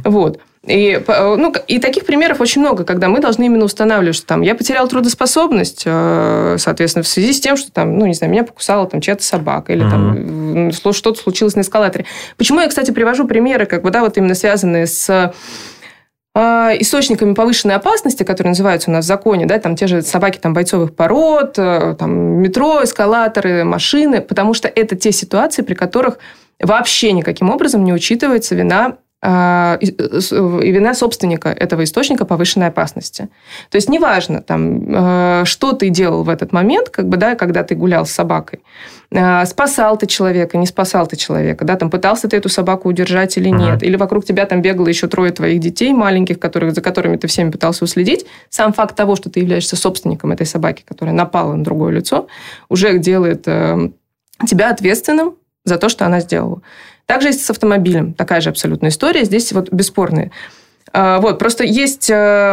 И таких примеров очень много, когда мы должны именно устанавливать, что я потерял трудоспособность, соответственно, в связи с тем, что меня покусала чья-то собака, или что-то случилось на эскалаторе. Почему я, кстати, привожу примеры, именно связанные с источниками повышенной опасности, которые называются у нас в законе, те же собаки бойцовых пород, метро, эскалаторы, машины, потому что это те ситуации, при которых вообще никаким образом не учитывается вина собственника этого источника повышенной опасности. То есть неважно, что ты делал в этот момент, когда ты гулял с собакой. Спасал ты человека, не спасал ты человека, пытался ты эту собаку удержать или нет, или вокруг тебя бегало еще 3 твоих детей маленьких, за которыми ты всеми пытался уследить. Сам факт того, что ты являешься собственником этой собаки, которая напала на другое лицо, уже делает тебя ответственным за то, что она сделала. Также есть с автомобилем. Такая же абсолютная история. Здесь бесспорные. Просто есть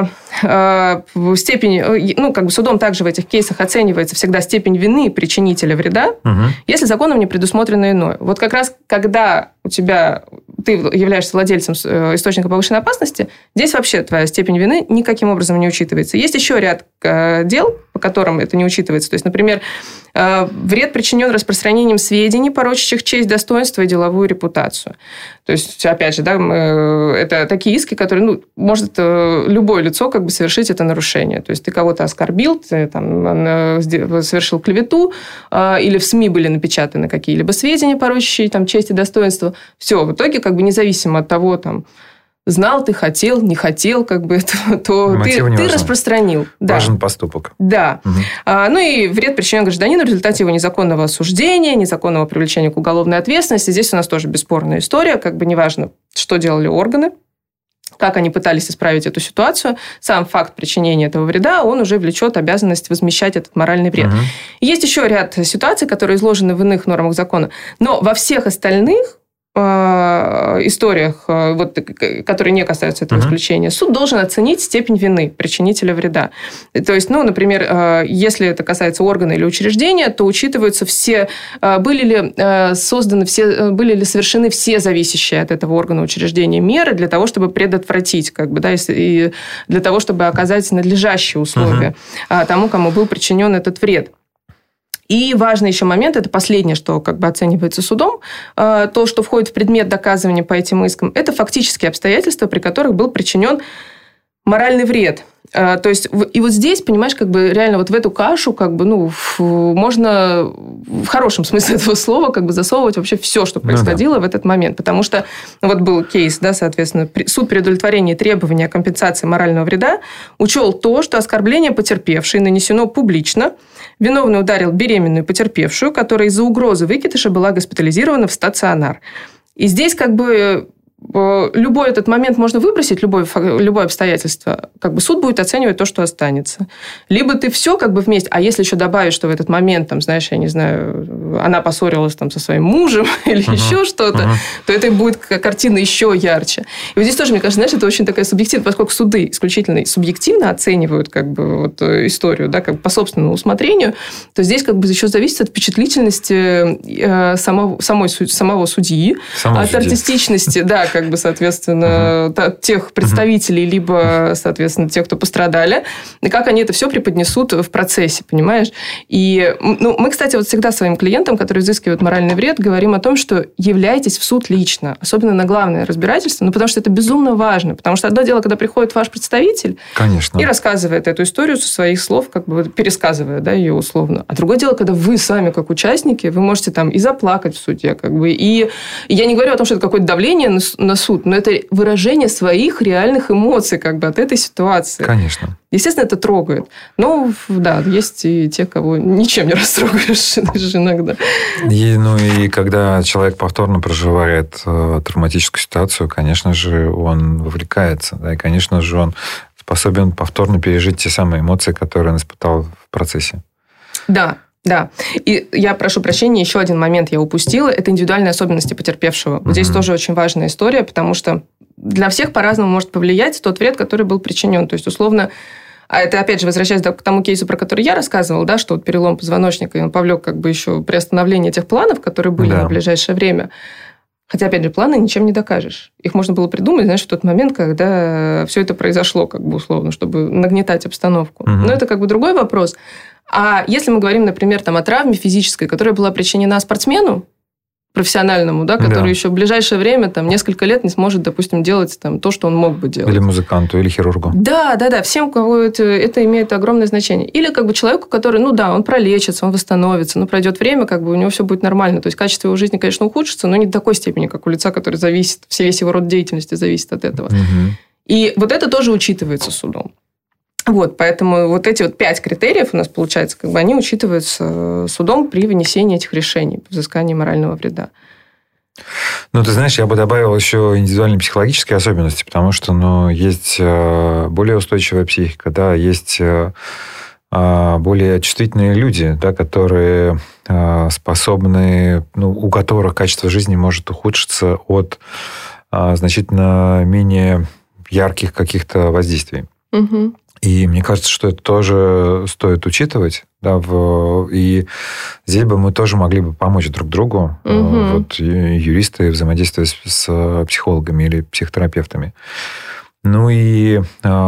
степень... судом также в этих кейсах оценивается всегда степень вины причинителя вреда, если законом не предусмотрено иное. Как раз, когда ты являешься владельцем источника повышенной опасности, здесь вообще твоя степень вины никаким образом не учитывается. Есть еще ряд дел, по которым это не учитывается. То есть, например, вред причинен распространением сведений, порочащих честь, достоинство и деловую репутацию. То есть, опять же, это такие иски, которые может любое лицо совершить это нарушение. То есть, ты кого-то оскорбил, ты совершил клевету, или в СМИ были напечатаны какие-либо сведения, порочащие честь и достоинство. Все, в итоге, независимо от того, знал ты, хотел, не хотел, как бы этого, то ты распространил. Важен поступок. Да. Угу. Ну и вред причинен гражданину в результате его незаконного осуждения, незаконного привлечения к уголовной ответственности. Здесь у нас тоже бесспорная история, как бы неважно, что делали органы, как они пытались исправить эту ситуацию, сам факт причинения этого вреда, он уже влечет обязанность возмещать этот моральный вред. Угу. Есть еще ряд ситуаций, которые изложены в иных нормах закона, но во всех остальных историях, вот, которые не касаются этого исключения, суд должен оценить степень вины причинителя вреда. То есть, ну, например, если это касается органа или учреждения, то учитываются все, были ли совершены все зависящие от этого органа учреждения меры для того, чтобы предотвратить, как бы, да, и для того, чтобы оказать надлежащие условия тому, кому был причинен этот вред. И важный еще момент, это последнее, что как бы оценивается судом, то, что входит в предмет доказывания по этим искам, это фактические обстоятельства, при которых был причинен моральный вред. То есть, и вот здесь, понимаешь, как бы реально вот в эту кашу как бы, ну, можно в хорошем смысле этого слова как бы засовывать вообще все, что происходило в этот момент. Потому что вот был кейс, да, соответственно, суд при удовлетворении требования о компенсации морального вреда учел то, что оскорбление потерпевшей нанесено публично. Виновный ударил беременную потерпевшую, которая из-за угрозы выкидыша была госпитализирована в стационар. И здесь как бы любой этот момент можно выбросить, любое обстоятельство, как бы суд будет оценивать то, что останется. Либо ты все как бы вместе, а если еще добавишь, что в этот момент, там, знаешь, я не знаю, она поссорилась там со своим мужем или еще что-то, то это будет картина еще ярче. И вот здесь тоже, мне кажется, знаешь, это очень такая субъективная, поскольку суды исключительно субъективно оценивают как бы вот историю, да, как бы по собственному усмотрению, то здесь как бы еще зависит от впечатлительности самого судьи, от артистичности, да, как бы, соответственно, тех представителей, либо, соответственно, тех, кто пострадали, и как они это все преподнесут в процессе, понимаешь? И, ну, мы, кстати, вот всегда своим клиентам, которые изыскивают моральный вред, говорим о том, что являйтесь в суд лично, особенно на главное разбирательство, ну, потому что это безумно важно, потому что одно дело, когда приходит ваш представитель и рассказывает эту историю со своих слов, как бы пересказывая, да, ее условно, а другое дело, когда вы сами, как участники, вы можете там и заплакать в суде, как бы, и я не говорю о том, что это какое-то давление на суд, но это выражение своих реальных эмоций как бы от этой ситуации. Конечно. Естественно, это трогает. Но, да, есть и те, кого ничем не растрогаешь даже иногда. И когда человек повторно проживает травматическую ситуацию, конечно же, он вовлекается. Да, и, конечно же, он способен повторно пережить те самые эмоции, которые он испытал в процессе. Да. Да. И я прошу прощения, еще один момент я упустила. Это индивидуальные особенности потерпевшего. Вот здесь тоже очень важная история, потому что для всех по-разному может повлиять тот вред, который был причинен. То есть, условно, а это, опять же, возвращаясь к тому кейсу, про который я рассказывала, да, что вот перелом позвоночника, и он повлек как бы еще приостановление тех планов, которые были на ближайшее время. Хотя, опять же, планы ничем не докажешь. Их можно было придумать, знаешь, в тот момент, когда все это произошло, как бы условно, чтобы нагнетать обстановку. Но это как бы другой вопрос. А если мы говорим, например, там, о травме физической, которая была причинена спортсмену профессиональному, да, который еще в ближайшее время, там, несколько лет не сможет, допустим, делать там, то, что он мог бы делать. Или музыканту, или хирургу. Да. Всем, у кого это имеет огромное значение. Или как бы человеку, который, ну да, он пролечится, он восстановится, но пройдет время, как бы у него все будет нормально. То есть качество его жизни, конечно, ухудшится, но не до такой степени, как у лица, который зависит, весь его род деятельности зависит от этого. И вот это тоже учитывается судом. Вот, поэтому вот эти вот 5 критериев у нас, получается, как бы они учитываются судом при вынесении этих решений по взысканию морального вреда. Ну, ты знаешь, я бы добавил еще индивидуальные психологические особенности, потому что, есть более устойчивая психика, да, есть более чувствительные люди, да, которые способны, у которых качество жизни может ухудшиться от значительно менее ярких каких-то воздействий. Угу. И мне кажется, что это тоже стоит учитывать. Да, и здесь бы мы тоже могли бы помочь друг другу, вот, юристы, взаимодействуя с психологами или психотерапевтами. Ну и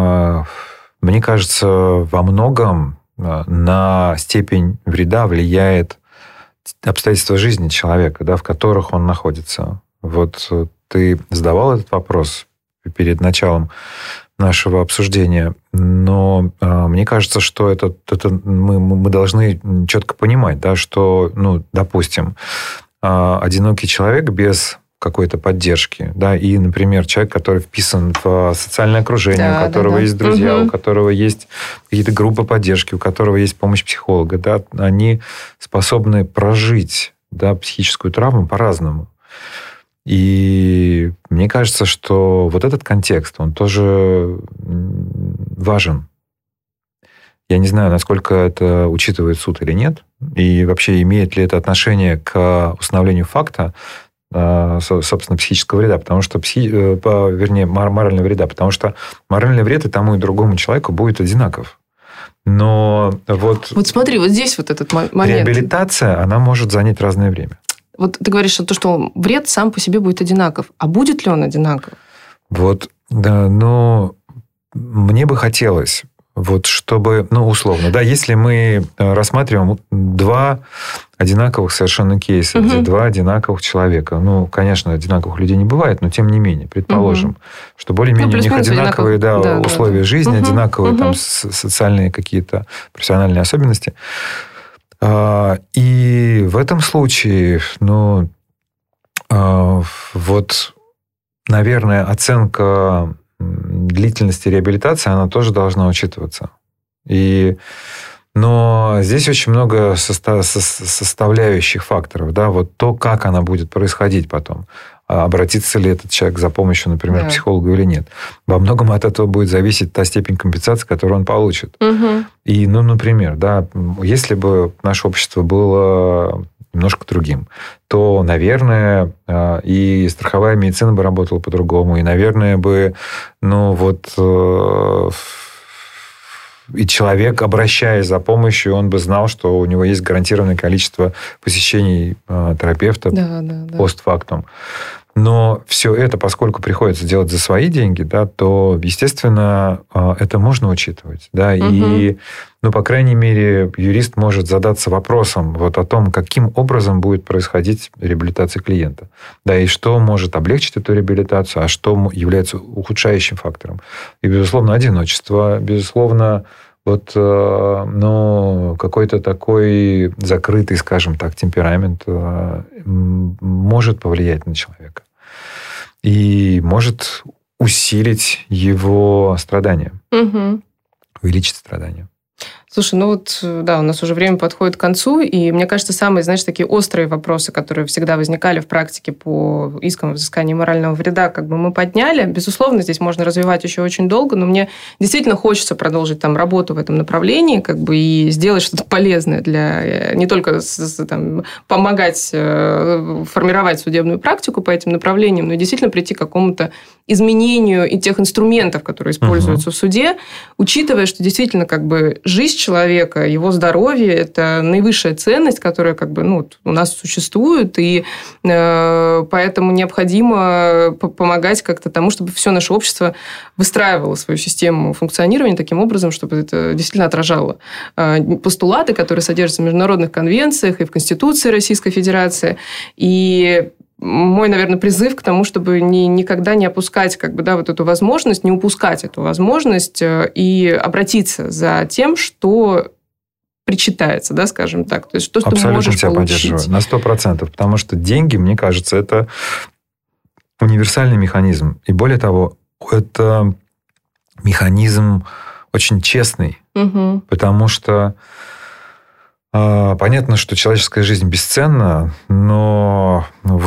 мне кажется, во многом на степень вреда влияет обстоятельства жизни человека, да, в которых он находится. Вот ты задавал этот вопрос перед началом нашего обсуждения, но мне кажется, что это мы должны четко понимать, да, что, допустим, одинокий человек без какой-то поддержки, да, и, например, человек, который вписан в социальное окружение, у которого есть друзья, у которого есть какие-то группы поддержки, у которого есть помощь психолога, да, они способны прожить, да, психическую травму по-разному. И мне кажется, что вот этот контекст, он тоже важен. Я не знаю, насколько это учитывает суд или нет, и вообще имеет ли это отношение к установлению факта, собственно, психического вреда, потому что, вернее, морального вреда, потому что моральный вред и тому, и другому человеку будет одинаков. Но вот смотри, вот здесь вот этот момент. Реабилитация, она может занять разное время. Вот ты говоришь, что вред сам по себе будет одинаков. А будет ли он одинаков? Вот, да, но мне бы хотелось, вот чтобы, условно, да, если мы рассматриваем два одинаковых совершенно кейса, где два одинаковых человека, конечно, одинаковых людей не бывает, но тем не менее, предположим, что более-менее у них одинаковые условия жизни, одинаковые там социальные какие-то профессиональные особенности. И в этом случае, вот, наверное, оценка длительности реабилитации, она тоже должна учитываться. Но здесь очень много составляющих факторов. Да? Вот то, как она будет происходить потом. Обратится ли этот человек за помощью, например, к психологу или нет. Во многом от этого будет зависеть та степень компенсации, которую он получит. И, например, да, если бы наше общество было немножко другим, то, наверное, и страховая медицина бы работала по-другому, и, наверное, бы, и человек, обращаясь за помощью, он бы знал, что у него есть гарантированное количество посещений терапевта постфактум. Но все это, поскольку приходится делать за свои деньги, да, то, естественно, это можно учитывать. Да, и, по крайней мере, юрист может задаться вопросом вот о том, каким образом будет происходить реабилитация клиента. Да, и что может облегчить эту реабилитацию, а что является ухудшающим фактором. И, безусловно, одиночество, безусловно, какой-то такой закрытый, скажем так, темперамент может повлиять на человека. И может усилить его страдания. Увеличить страдания. Слушай, у нас уже время подходит к концу, и мне кажется, самые, такие острые вопросы, которые всегда возникали в практике по искам о взыскании морального вреда, мы подняли. Безусловно, здесь можно развивать еще очень долго, но мне действительно хочется продолжить работу в этом направлении, и сделать что-то полезное для не только помогать формировать судебную практику по этим направлениям, но и действительно прийти к какому-то изменению и тех инструментов, которые используются в суде, учитывая, что действительно жизнь человека, его здоровье – это наивысшая ценность, которая у нас существует, и поэтому необходимо помогать как-то тому, чтобы все наше общество выстраивало свою систему функционирования таким образом, чтобы это действительно отражало постулаты, которые содержатся в международных конвенциях и в Конституции Российской Федерации. И мой, наверное, призыв к тому, чтобы никогда не опускать эту возможность, не упускать эту возможность и обратиться за тем, что причитается, да, скажем так. То есть, что ты можешь тебя получить. Поддерживаю, на 100%. Потому что деньги, мне кажется, это универсальный механизм. И более того, это механизм очень честный. Потому что понятно, что человеческая жизнь бесценна, но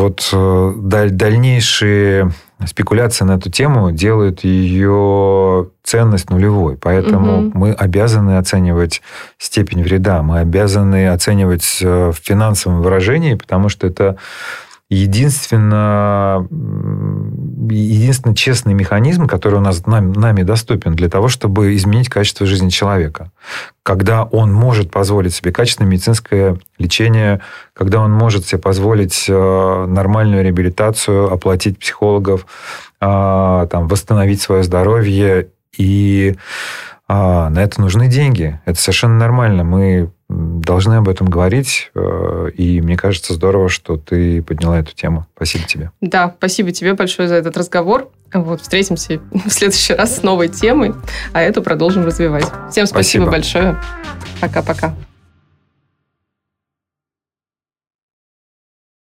дальнейшие спекуляции на эту тему делают ее ценность нулевой. Поэтому мы обязаны оценивать степень вреда, мы обязаны оценивать в финансовом выражении, потому что это единственно честный механизм, который у нас нами доступен для того, чтобы изменить качество жизни человека. Когда он может позволить себе качественное медицинское лечение, когда он может себе позволить нормальную реабилитацию, оплатить психологов, восстановить свое здоровье. И на это нужны деньги. Это совершенно нормально. Мы должны об этом говорить. И мне кажется, здорово, что ты подняла эту тему. Спасибо тебе. Да, спасибо тебе большое за этот разговор. Встретимся в следующий раз с новой темой, а эту продолжим развивать. Всем спасибо большое. Пока-пока.